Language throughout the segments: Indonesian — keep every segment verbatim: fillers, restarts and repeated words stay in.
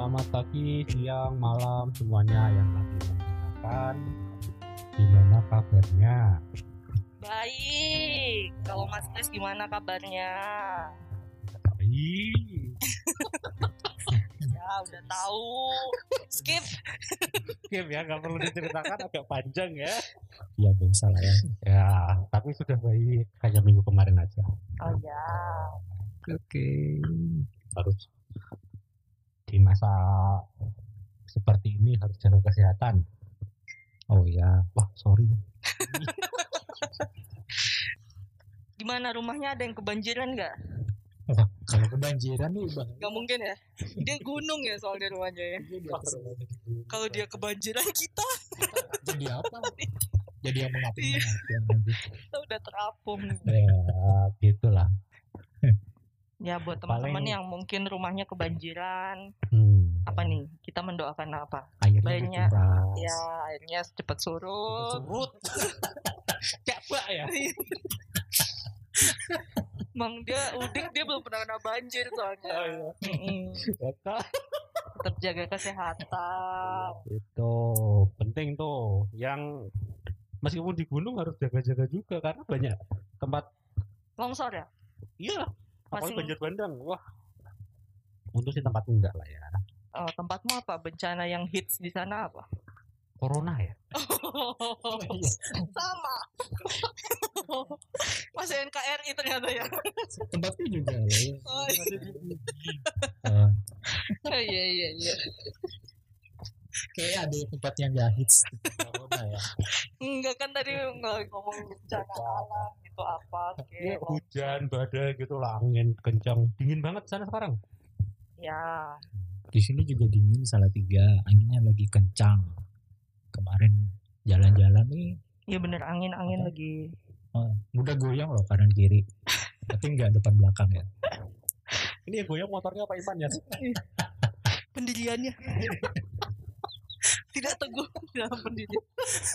Selamat pagi, siang, malam semuanya yang lagi mendengarkan. Gimana kabarnya? Baik. Kalau Mas Kris gimana kabarnya? Baik. Ya udah tahu. Skip. Skip ya, nggak perlu diceritakan, agak panjang ya. Ya biasa lah ya. Ya, tapi sudah baik kayak minggu kemarin aja. Oh ya. Oke. Harus di masa seperti ini harus jaga kesehatan. Oh ya. Wah, sorry. Gimana rumahnya, ada yang kebanjiran nggak? Wah, kalau kebanjiran nih bang. Nggak mungkin ya. Dia gunung ya soalnya rumahnya ya. Kalau dia kebanjiran kita, Jadi apa? Jadi yang mengapa? Iya. kita udah terapung. Ya, gitulah. Ya buat teman-teman Paling- yang mungkin rumahnya kebanjiran, Hmm. apa nih? Kita mendoakan apa? Airnya Banyak. dikuras. Ya airnya cepat surut. Surut. Coba ya. Mang dia udik, dia belum pernah kena banjir soalnya. Oh, iya. Mm-mm. Betul. Tetap jaga kesehatan. Itu penting tuh. Yang meskipun di gunung harus jaga-jaga juga karena banyak tempat. Longsor ya? Iya. Apalagi Masing- banjir bandang. Wah. Untuk si tempat enggak lah ya. Oh, tempatmu apa? Bencana yang hits di sana apa? Corona ya. Sama. Masih N K R I ternyata ya. Tempatnya juga lah ya. Oh, Eh, iya iya iya. kayak ada tempat yang gak hits. Corona ya. Enggak kan tadi nggak ngomong bencana alam gitu apa Ya, kayak hujan, badai gitu lah, angin kencang. Dingin banget sana sekarang. ya. Di sini juga dingin salah tiga. Anginnya lagi kencang. Kemarin jalan-jalan nih Iya bener, angin-angin Apa? lagi. oh, udah goyang loh kanan kiri. Tapi nggak depan belakang ya. Ini yang goyang motornya Pak Iman ya. Pendiriannya. Tidak teguh dalam pendirian.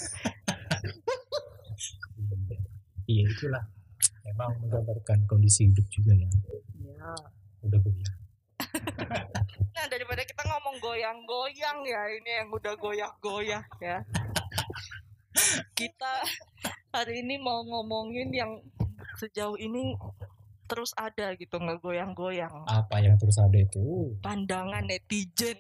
Iya itulah. Emang menggambarkan kondisi hidup juga ya. Ya. Udah goyang. Nah daripada kita ngomong goyang-goyang ya, ini yang udah goyah-goyah ya. Kita hari ini mau ngomongin yang sejauh ini terus ada gitu, nggak goyang-goyang. Apa yang terus ada itu? Pandangan netizen.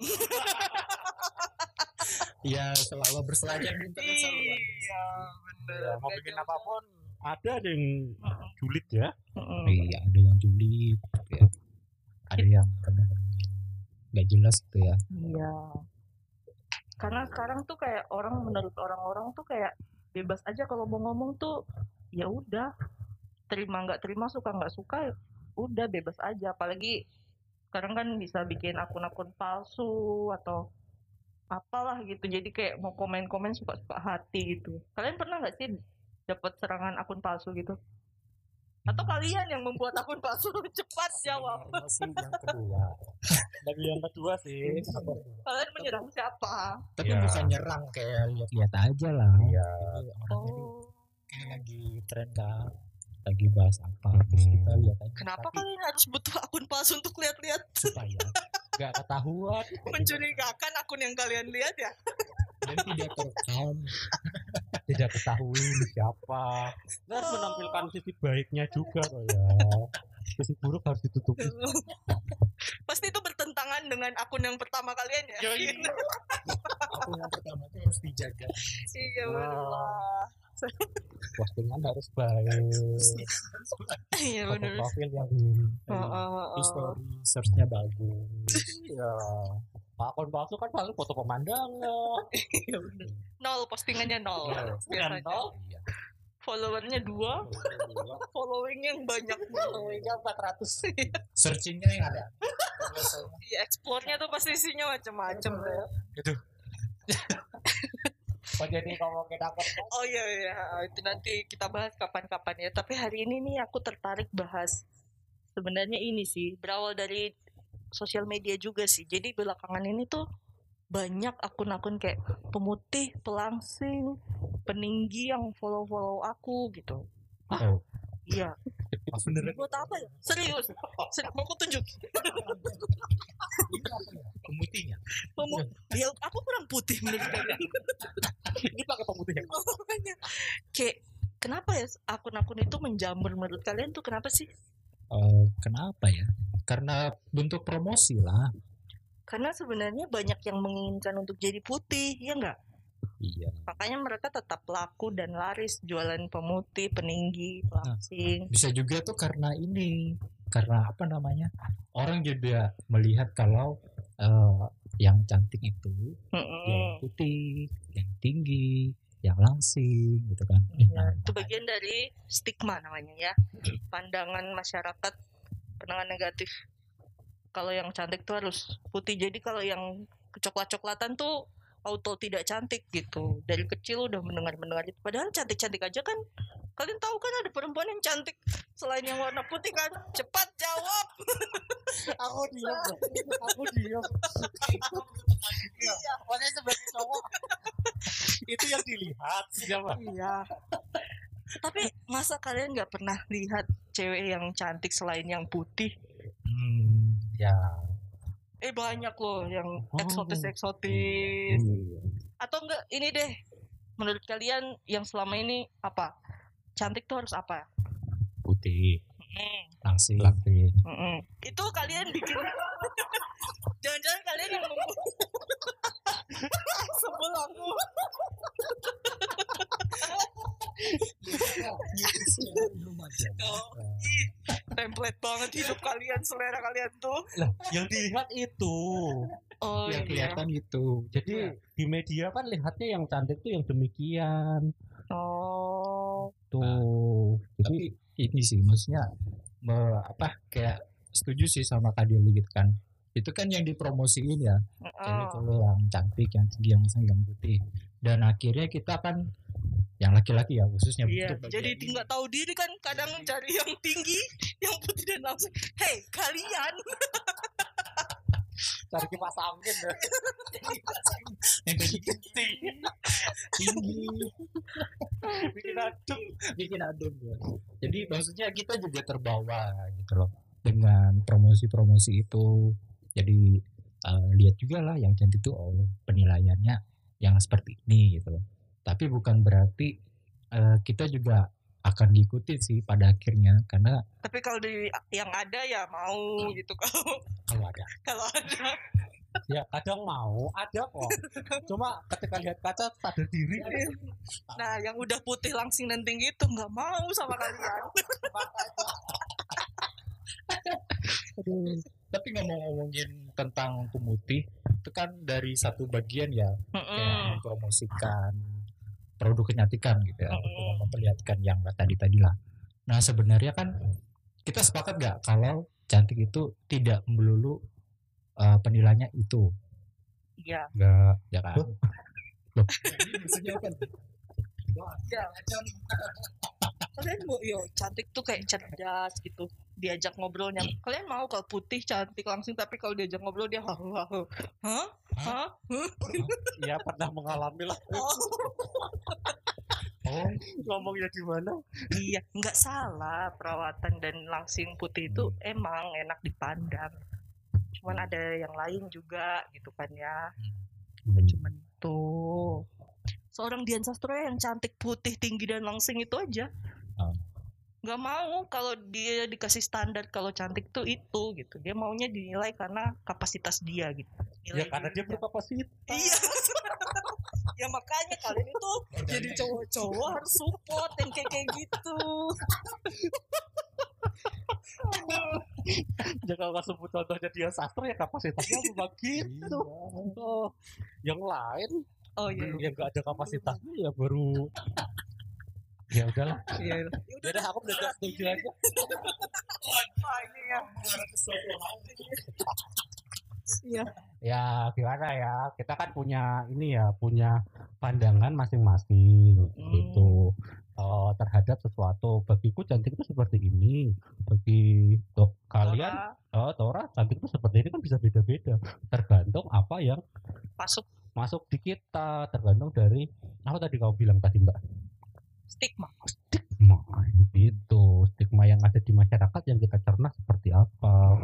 Ya selalu berselancar di internet selalu. Iya bener. Ya, mau Nggak bikin jauh-jauh. apapun ada yang julid ya. Mm-mm. Iya ada yang julid, ya. Ada yang nggak jelas gitu ya. Iya. Karena sekarang tuh kayak orang, menurut orang-orang tuh kayak bebas aja kalau mau ngomong tuh ya udah, terima nggak terima, suka nggak suka, udah bebas aja. Apalagi sekarang kan bisa bikin akun-akun palsu atau apalah gitu. Jadi kayak mau komen-komen suka-suka hati gitu. Kalian pernah nggak sih dapat serangan akun palsu gitu? Atau kalian yang membuat akun palsu? Cepat jawab. Masih yang kedua. Dari yang kedua sih. Kalian menyerang siapa? Tapi Ya. bukan nyerang kayak lihat-lihat aja lah. Iya. Jadi orang ini Oh, kayak lagi tren kan, lagi bahas apa, terus Hmm. kita lihat aja. kenapa Tapi kalian harus butuh akun palsu untuk lihat-lihat? supaya Gak ketahuan. Mencurigakan akun yang kalian lihat ya? dan tidak terekam. Tidak ketahui ini siapa. Nah, harus menampilkan sisi baiknya juga kok ya. Sisi buruk harus ditutupi. Pasti itu bertentangan dengan akun yang pertama kalian ya? Yoi. Aku yang pertama itu harus dijaga. Iya bener lah. Postingan harus baik. Iya Foto bener. profil yang Oh, oh, oh. History search-nya bagus. ya. Akun palsu kan paling foto pemandangan. Iya bener. Nol, postingannya nol. Biasanya. Nol. Iya. Followernya dua, followingnya yang banyak. Followingnya empat ratus. Searching-nya yang ada. Iya, explore-nya tuh pasti isinya macam-macam ya. Kok jadi ngomongin akun palsu? Oh iya iya, itu nanti kita bahas kapan-kapan ya. Tapi hari ini nih aku tertarik bahas sebenarnya ini sih, berawal dari sosial media juga sih. Jadi belakangan ini tuh banyak akun-akun kayak pemutih, pelangsing, peninggi yang follow-follow aku gitu. Oh. Iya. Bener. Buat apa ya? Serius. Serius. Mau aku tunjuk. Pemutihnya. Pemu- ya aku kurang putih menurut kalian. Ini pakai pemutih ya. Makanya kayak kenapa ya akun-akun itu menjamur menurut kalian tuh kenapa sih? Eh, kenapa ya? Karena bentuk promosi lah. Karena sebenarnya banyak yang menginginkan untuk jadi putih, ya enggak? Iya. Makanya mereka tetap laku dan laris jualan pemutih, peninggi, langsing. Bisa juga tuh karena ini, karena apa namanya? Orang juga melihat kalau eh, yang cantik itu yang Mm-mm. putih, yang tinggi, yang langsing gitu kan. Ya, itu bagian dari stigma namanya ya. Pandangan masyarakat, pandangan negatif. Kalau yang cantik tuh harus putih. Jadi kalau yang kecoklat-coklatan tuh auto tidak cantik gitu. Dari kecil udah mendengar-mendengar itu. Padahal cantik-cantik aja kan. Kalian tahu kan ada perempuan yang cantik selain yang warna putih kan? Cepat jawab. Aku diam, aku diam. Iya, makanya sebagai cowok itu yang dilihat siapa? Iya. Tapi masa kalian nggak pernah lihat cewek yang cantik selain yang putih? Hmm, ya. Eh banyak loh yang Oh. eksotis-eksotis. Iya. Atau enggak ini deh, menurut kalian yang selama ini apa? Cantik tuh harus apa? Putih, Mm, langsing. mm-mm. Itu kalian bikin jangan-jangan kalian yang membuat sebel aku. Oh, ih, template banget hidup kalian, selera kalian tuh. Lah, yang dilihat itu. Oh Yang iya. kelihatan gitu. Jadi di media kan lihatnya yang cantik tuh yang demikian. Oh, Tuh. Jadi Tapi ini sih maksudnya me- apa kayak setuju sih sama Kak Deli gitu kan. Itu kan yang dipromosiin ya. Cewek oh. cowok yang cantik, yang tinggi, yang misalnya yang putih. Dan akhirnya kita kan yang laki-laki ya khususnya Iya, bentuk jadi bagian nggak tahu diri kan kadang cari yang tinggi, yang putih dan langsung. Hei kalian, cari kipas angin deh. yang kayak gitu tinggi Bikin adem. bikin adem ya. Jadi maksudnya kita juga terbawa gitu loh dengan promosi-promosi itu. Jadi eh, lihat juga lah yang cantik itu oh penilaiannya yang seperti ini gitu loh. Tapi bukan berarti eh, kita juga akan diikuti sih pada akhirnya karena tapi kalau di yang ada ya mau gitu kalau kalau ada kalau ada. Ya kadang mau, ada kok. Cuma ketika lihat kaca sadar diri. Nah, yang udah putih langsing dan tinggi itu nggak mau sama kalian. Aduh. Tapi ngomong-ngomongin tentang pemutih itu kan dari satu bagian ya kayak Mm-mm. mempromosikan produk kecantikan gitu ya, Mm-mm. untuk memperlihatkan yang tadi tadi lah. Nah sebenarnya kan kita sepakat nggak kalau cantik itu tidak melulu uh, penilaiannya itu, Iya. nggak ya kan? Loh, ini maksudnya apa? Ya. Kalian mau yo cantik tuh kayak cerdas gitu. Diajak ngobrolnya. Kalian mau kalau putih cantik langsing tapi kalau diajak ngobrol dia hahu hahu. Hah? Hah? Ya pernah mengalami lah. Oh. Oh, Ngomongnya di mana? Iya, nggak salah perawatan dan langsing putih itu emang enak dipandang. Cuman ada yang lain juga gitu kan ya. Nggak cuman itu. Seorang Dian Sastro yang cantik putih tinggi dan langsing itu aja. Oh. Nggak mau kalau dia dikasih standar kalau cantik tuh itu gitu. Dia maunya dinilai karena kapasitas dia gitu. Ya Nilai karena dia dirinya. berkapasitas. Iya. Ya makanya kalian itu jadi cowok-cowok harus support yang kayak kayak gitu. Ya kalau nggak sebut contohnya dia sastra ya kapasitasnya memang gitu. Oh, yang lain Oh iya. yang nggak ada kapasitasnya ya baru. Ya udahlah. Iya. Ya udah aku belajar setuju aja. Wah, ini ya. Iya. Ya gimana ya, kita kan punya ini ya, punya pandangan masing-masing Hmm. gitu uh, terhadap sesuatu. Bagiku cantik itu seperti ini, bagi to- kalian Tora oh Tora cantik itu seperti ini kan bisa beda-beda, tergantung apa yang masuk masuk di kita, tergantung dari apa tadi kamu bilang tadi Mbak, stigma. stigma itu, stigma yang ada di masyarakat yang kita cerna seperti apa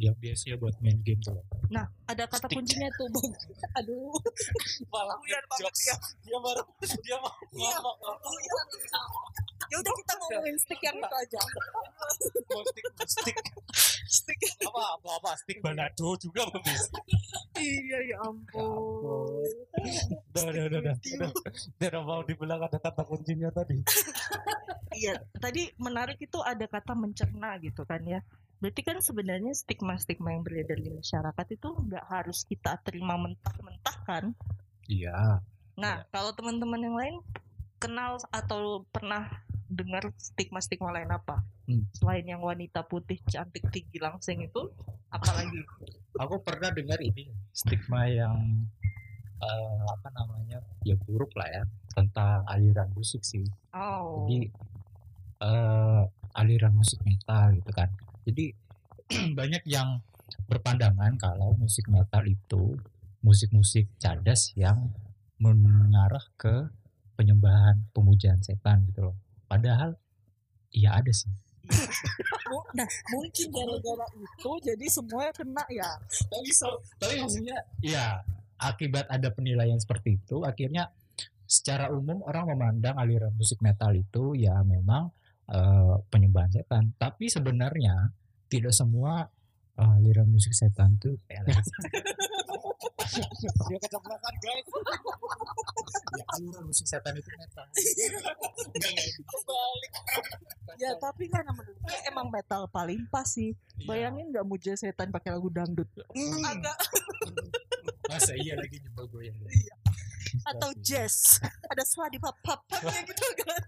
yang biasanya buat main game tuh. Nah, ada kata Stick. kuncinya tuh, Bang. Aduh. Malah Buyar banget jokes. dia. Dia baru dia mau Iya. ngomong ngomong Ya udah kita ngomongin stick yang itu aja. mau stick stick stick apa apa apa stick balado juga bagus. Iya ya ampun. Udah udah udah udah. Udah, udah mau dibilang ada kata kuncinya tadi. Iya, tadi menarik itu ada kata mencerna gitu kan ya. Berarti kan sebenarnya stigma-stigma yang beredar di masyarakat itu nggak harus kita terima mentah-mentah kan. Iya. Nah, kalau teman-teman yang lain kenal atau pernah dengar stigma-stigma lain apa? Hmm. Selain yang wanita putih cantik tinggi langsing itu, apalagi? Aku pernah dengar ini stigma yang eh, apa namanya ya buruk lah ya tentang aliran musik sih. Oh. Jadi eh, aliran musik metal gitu kan. Jadi banyak yang berpandangan kalau musik metal itu musik-musik cadas yang mengarah ke penyembahan pemujaan setan gitu loh. Padahal iya ada sih. Nah, mungkin gara-gara itu jadi semuanya kena ya. Tapi so, tapi maksudnya ya akibat ada penilaian seperti itu akhirnya secara umum orang memandang aliran musik metal itu ya memang eh, penyembahan setan. Tapi sebenarnya tidak semua eh, aliran musik setan itu eh, Dia keceplosan guys. ya aliran musik setan itu metal. Kebalik. Ya tapi kan menurutnya emang metal paling pas sih. Bayangin nggak muja setan pakai lagu dangdut? Agak Masa iya lagi nyembah goyang. atau jazz. Ada swadi pap-papnya gitu kan.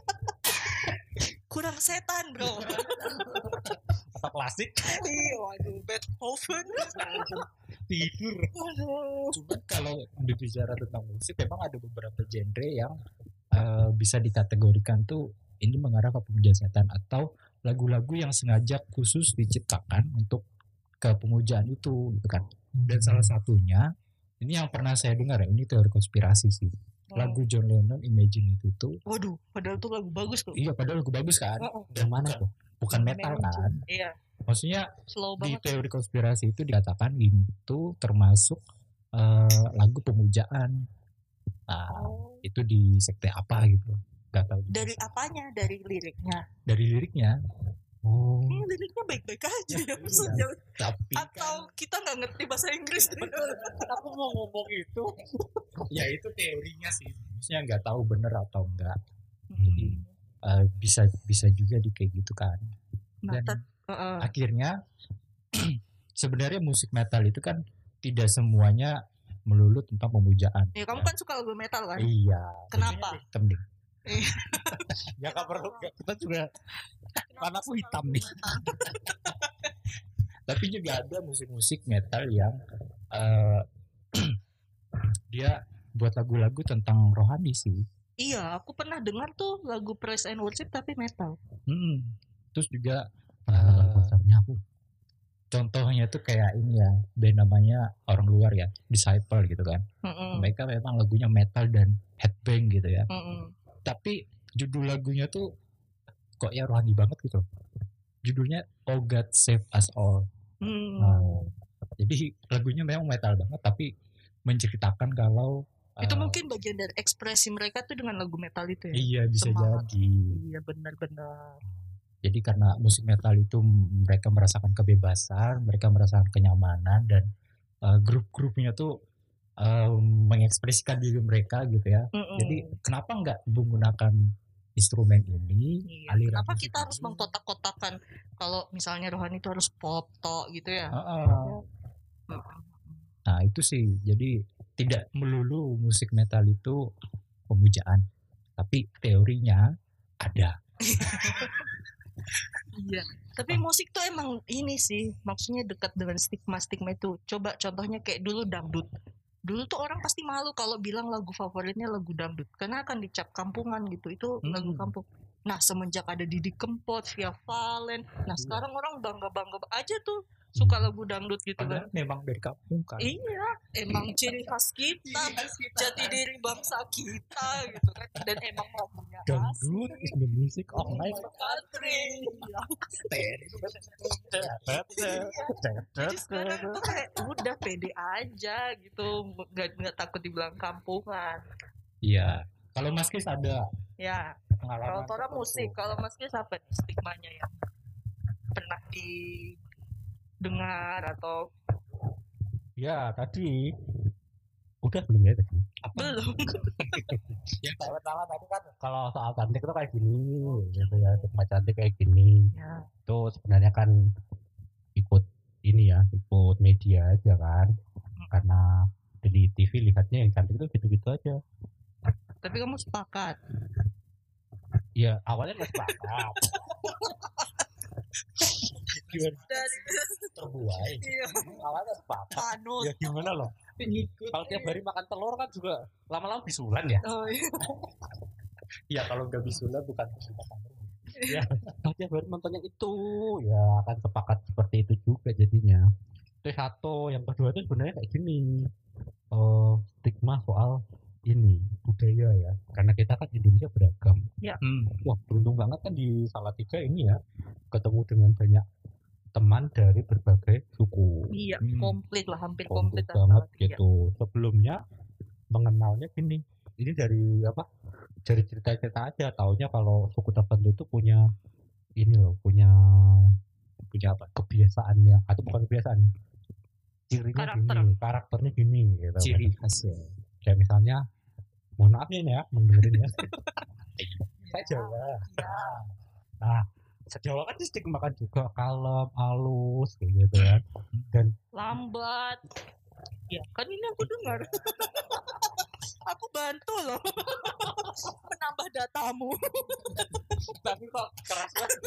Kurang setan, bro. Atau klasik Iya, waduh, Beethoven. tidur. Waduh. Cuman kalau berbicara tentang musik memang ada beberapa genre yang eh, bisa dikategorikan tuh ini mengarah ke pemujaan setan atau lagu-lagu yang sengaja khusus diciptakan untuk ke pemujaan itu gitu kan. Dan salah satunya ini yang pernah saya dengar ya, ini teori konspirasi sih. Lagu John Lennon Imagine itu tuh Waduh, padahal tuh lagu bagus kok. iya padahal lagu bagus kan. Oh, oh. Dan mana tuh? Bukan metal kan. Iya, Maksudnya slow di banget. teori konspirasi itu dikatakan itu termasuk eh, lagu pemujaan. Nah, Oh. itu di sekte apa gitu. Gak tahu. juga Dari sih. apanya? Dari liriknya. Dari liriknya. Oh, Hmm, liriknya baik-baik aja ya maksudnya. tapi Atau kan kita nggak ngerti bahasa Inggris. Aku mau ngomong itu. ya itu teorinya sih. Maksudnya nggak tahu bener atau enggak. Hmm. Eh, bisa bisa juga di kayak gitu kan. Nah, Dan tet- uh-uh. akhirnya sebenarnya musik metal itu kan tidak semuanya melulu tentang pemujaan. ya kamu kan suka lagu metal kan? Iya. Kenapa? bajunya hitam deh. Ya nggak perlu. Kita juga karena aku hitam nih. Tapi juga ada musik-musik metal yang eh, dia buat lagu-lagu tentang rohani sih. Iya, aku pernah dengar tuh lagu Praise and Worship tapi metal. Hmm. Terus juga Pernah eh, aku contohnya tuh kayak ini ya band namanya orang luar ya Disciple gitu kan. Mm-mm. Mereka memang lagunya metal dan headbang gitu ya. Mm-mm. Tapi judul lagunya tuh kok ya rohani banget gitu. Judulnya Oh God Save Us All. Hmm. Nah, jadi lagunya memang metal banget tapi menceritakan kalau Itu eh, mungkin bagian dari ekspresi mereka tuh dengan lagu metal itu ya. iya bisa Semangat. jadi. Iya benar-benar. Jadi karena musik metal itu mereka merasakan kebebasan, mereka merasakan kenyamanan dan eh, grup-grupnya tuh eh, mengekspresikan diri mereka gitu ya. Mm-mm. Jadi kenapa nggak menggunakan instrumen ini? Iya. aliran Kenapa musik kita harus ini? mengkotak-kotakan kalau misalnya rohani itu harus pop tok gitu ya? Heeh. Mm-mm. Nah itu sih, jadi tidak melulu musik metal itu pemujaan, tapi teorinya ada. Iya. Tapi musik tuh emang ini sih, maksudnya dekat dengan stigma-stigma itu. Coba contohnya kayak dulu dangdut. Dulu tuh orang pasti malu kalau bilang lagu favoritnya lagu dangdut, karena akan dicap kampungan gitu. Itu Hmm. lagu kampung. Nah semenjak ada Didi Kempot, Via Valen, nah Iya. sekarang orang bangga-bangga aja tuh suka lagu dangdut gitu kan. Padahal memang dari kampung kan. Iya, emang ciri khas kita, jati diri bangsa kita gitu kan. Dan emang ngomongnya Dangdut is the music of my country. Jadi sekarang tuh kayak udah pede aja gitu, nggak nggak takut dibilang kampungan. Iya. Kalau Mas Kris ada Ya, pengalaman kalau Tora tertentu? musik, kalau Mas Kris apa nih stigmanya yang pernah didengar atau Ya tadi udah belum ya tadi. belum? Ya, Pertama tadi kan kalau soal cantik itu kayak gini, gitu ya, stigma cantik kayak gini. Ya, Itu sebenarnya kan ikut ini ya, ikut media aja kan. Karena di T V lihatnya yang cantik itu gitu-gitu aja. tapi kamu sepakat. Ya awalnya nggak sepakat. Gimana Dari terbuai? iya, Awalnya sepakat. panut. Ya gimana loh? pengikut. Kalau tiap hari makan telur kan juga lama-lama bisulan ya. Oh iya. Ya kalau nggak bisulan bukan pesuka Ya, kalau tiap hari nonton yang itu ya akan sepakat seperti itu juga jadinya. Itu satu, yang kedua itu sebenarnya kayak gini. eh stigma soal ini budaya ya, karena kita kan Indonesia beragam. Hmm. Wah beruntung banget kan di Salatiga ini ya, ketemu dengan banyak teman dari berbagai suku. Iya, Hmm. komplit lah, hampir Komplit komplit lah banget Salatiga. gitu. Sebelumnya mengenalnya gini, ini dari apa? Dari cerita-cerita aja, taunya kalau suku tertentu itu punya ini loh, punya punya apa? Kebiasaannya atau bukan kebiasaan? Cirinya Karakter. gini, karakternya gini gitu. Ciri khas ya. Kayak misalnya, mohon maaf nih ya, mendengarin ya. Saya Jawa. Iya. Nah, Jawa kan stigma kan juga kalem, halus kayak gitu ya. Dan Lambat. Ya, kan ini aku dengar. Aku bantu loh. Menambah datamu. tapi kok keras banget.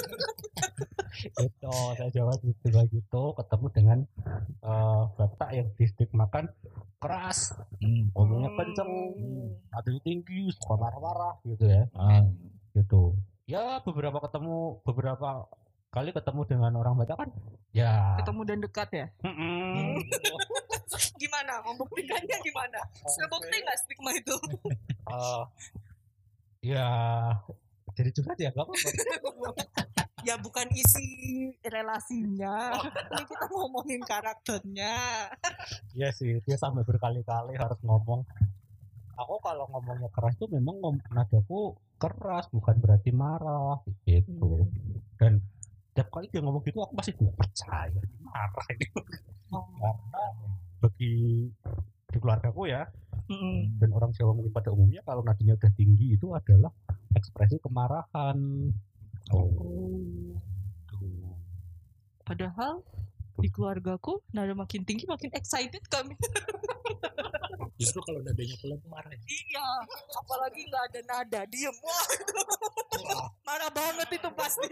Itu saya Jawa gitu gitu ketemu dengan eh, Batak yang distigmakan keras, Hmm. ngomongnya kenceng, adanya tinggi, suka marah-marah gitu ya. Ah. Gitu. Ya beberapa ketemu beberapa kali ketemu dengan orang Batak kan ya Ketemu dan dekat ya. mm-mm. Gimana? Membuktikannya gimana? Sebukti nggak stigma itu? Eh, ya jadi curhat ya gak apa-apa. Ya bukan isi relasinya. Ini kita ngomongin karakternya. Iya sih, dia sampai berkali-kali harus ngomong. Aku kalau ngomongnya keras tuh memang ngom- nadaku keras, bukan berarti marah gitu. Dan setiap kali dia ngomong gitu aku pasti tidak percaya dia marah ini. Karena bagi di keluargaku ya, Mm-mm. dan orang Jawa mungkin pada umumnya kalau nadanya udah tinggi itu adalah ekspresi kemarahan. Oh, tuh. Padahal di keluargaku nada makin tinggi makin excited kami. Justru kalau nadanya pelan marah ya. Iya, apalagi nggak ada nada, diem. Wah, marah banget itu pasti.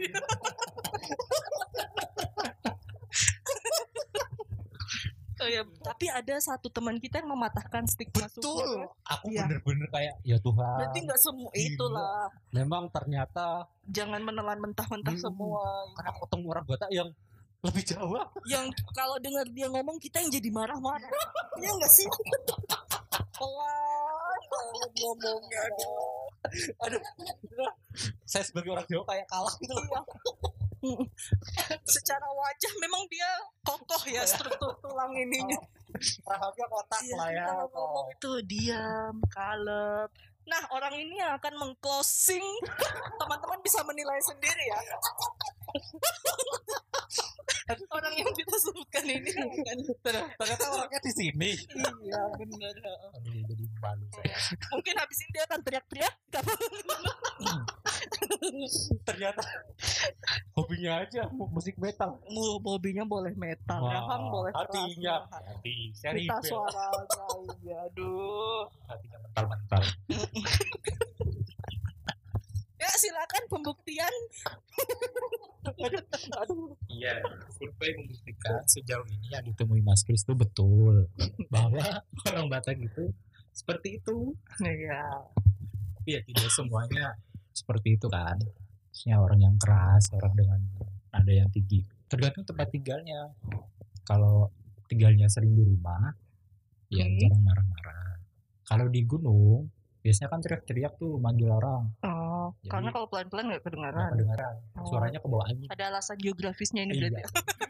Oh ya, tapi ada satu teman kita yang mematahkan stigma suku. Betul. Aku Iya. bener-bener kayak ya Tuhan. Berarti nggak semua Gila. itulah. Memang ternyata Jangan menelan mentah-mentah Hmm. semua. karena aku ketemu orang Batak yang lebih Jawa. Yang kalau dengar dia ngomong kita yang jadi marah-marah. Iya nggak sih? Pelan banget ngomongnya. Aduh, saya sebagai orang Jawa kayak kalah gitu loh. Iya. Secara wajah memang dia kokoh ya struktur tulang ininya. Rahangnya kotak Iya, lah ya. kalau ngomong itu diam, kalem. Nah, orang ini yang akan mengclosing. Teman-teman bisa menilai sendiri ya. Orang yang kita sebutkan ini bukan. Ternyata orangnya di sini. Iya, benar. Aduh, jadi malu saya. Mungkin habis ini dia akan teriak-teriak. Ternyata hobinya aja mu- musik metal. Mu hobinya boleh metal, Wah, Rahang boleh keras. hatinya hati seri Kita suaranya, iya, aduh. Hatinya mental-mental. Ya silakan pembuktian. Iya, survei membuktikan sejauh ini yang ditemui Mas Kris itu betul bahwa orang Batak itu seperti itu. Iya. Tapi ya tidak semuanya seperti itu kan. Maksudnya orang yang keras, orang dengan nada yang tinggi. Tergantung tempat tinggalnya. kalau tinggalnya sering di rumah ya Hmm. jarang marah-marah. Kalau di gunung biasanya kan teriak-teriak tuh manggil orang, Oh, Jadi- karena kalau pelan-pelan nggak nggak kedengaran. kedengaran, Oh. suaranya ke bawah angin. Ada alasan geografisnya ini Iya. berarti.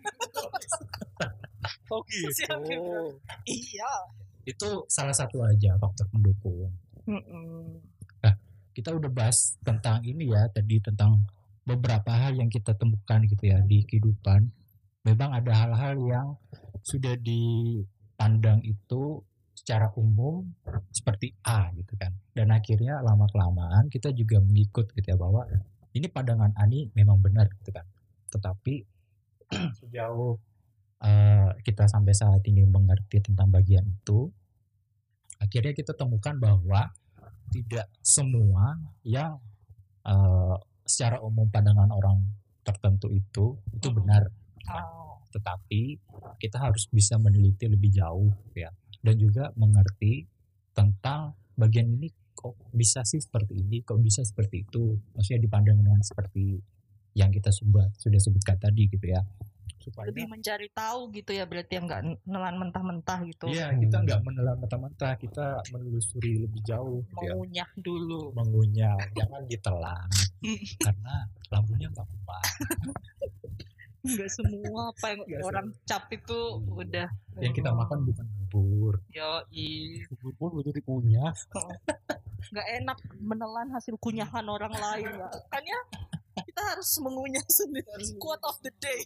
Oh gitu. Siap, siap. Iya. Itu salah satu aja faktor pendukung. Mm-mm. Kita udah bahas tentang ini ya tadi, tentang beberapa hal yang kita temukan gitu ya di kehidupan. Memang ada hal-hal yang sudah dipandang itu secara umum seperti A gitu kan, dan akhirnya lama kelamaan kita juga mengikut gitu ya, bahwa ini pandangan Ani memang benar gitu kan. Tetapi sejauh eh, kita sampai saat ini mengerti tentang bagian itu, akhirnya kita temukan bahwa tidak semua yang eh, secara umum pandangan orang tertentu itu itu Mhm. benar, Oh. tetapi kita harus bisa meneliti lebih jauh ya, dan juga mengerti tentang bagian ini kok bisa sih seperti ini, kok bisa seperti itu, maksudnya dipandang dengan seperti yang kita sudah sudah sebutkan tadi gitu ya, supaya Lebih mencari tahu gitu ya, berarti yang nggak nelan mentah-mentah gitu. iya, kita nggak menelan mentah-mentah, kita menelusuri lebih jauh gitu ya, Mengunyah dulu. mengunyah, jangan ditelan karena lambungnya nggak kuat. Nggak semua apa yang Nggak orang cap itu Hmm. udah. Yang kita makan bukan bubur. Yoi. Bubur pun butuh dikunyah. Nggak enak menelan hasil kunyahan orang lain ya. Kan ya kita harus mengunyah sendiri. Quote of the day.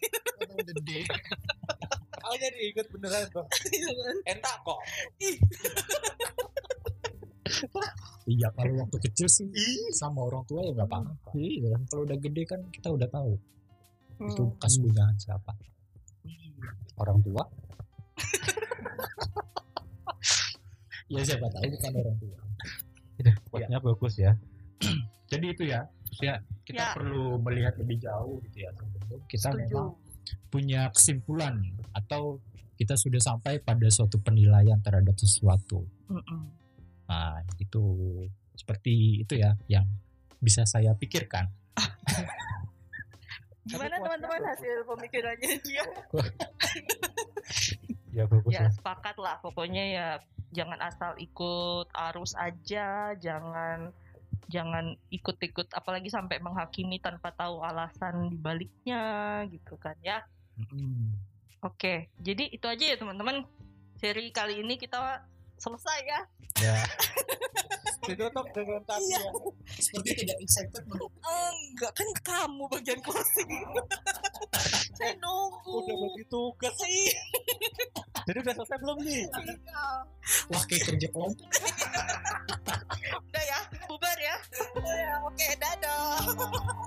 Aku jadi inget beneran tuh. Enak kok. Iya, kalau waktu kecil sih sama orang tua ya nggak apa-apa. Iya. Kalau udah gede kan kita udah tahu itu Hmm. bekas kunyahan siapa. Orang tua. Ya siapa tahu bukan orang tua. Buatnya bagus ya. Jadi itu ya, ya kita Ya. perlu melihat lebih jauh gitu ya sebelum kita Setuju. memang punya kesimpulan atau kita sudah sampai pada suatu penilaian terhadap sesuatu. Mm-mm. Nah, itu seperti itu ya yang bisa saya pikirkan. Gimana teman-teman hasil pemikirannya dia? Ya bagus Ya ya. sepakat lah, pokoknya ya jangan asal ikut arus aja, jangan jangan ikut-ikut apalagi sampai menghakimi tanpa tahu alasan dibaliknya gitu kan ya. Mm-mm. Oke, jadi itu aja ya teman-teman. Seri kali ini kita selesai ya. Ya, Ditutup dengan tadi Iya. ya. seperti tidak excited. Enggak, kan kamu bagian closing. Saya nunggu. Udah bagi tugas. Iya. Jadi udah selesai belum nih? Wah, kayak kerja kelompok. Udah ya, bubar ya. Oke, dadah.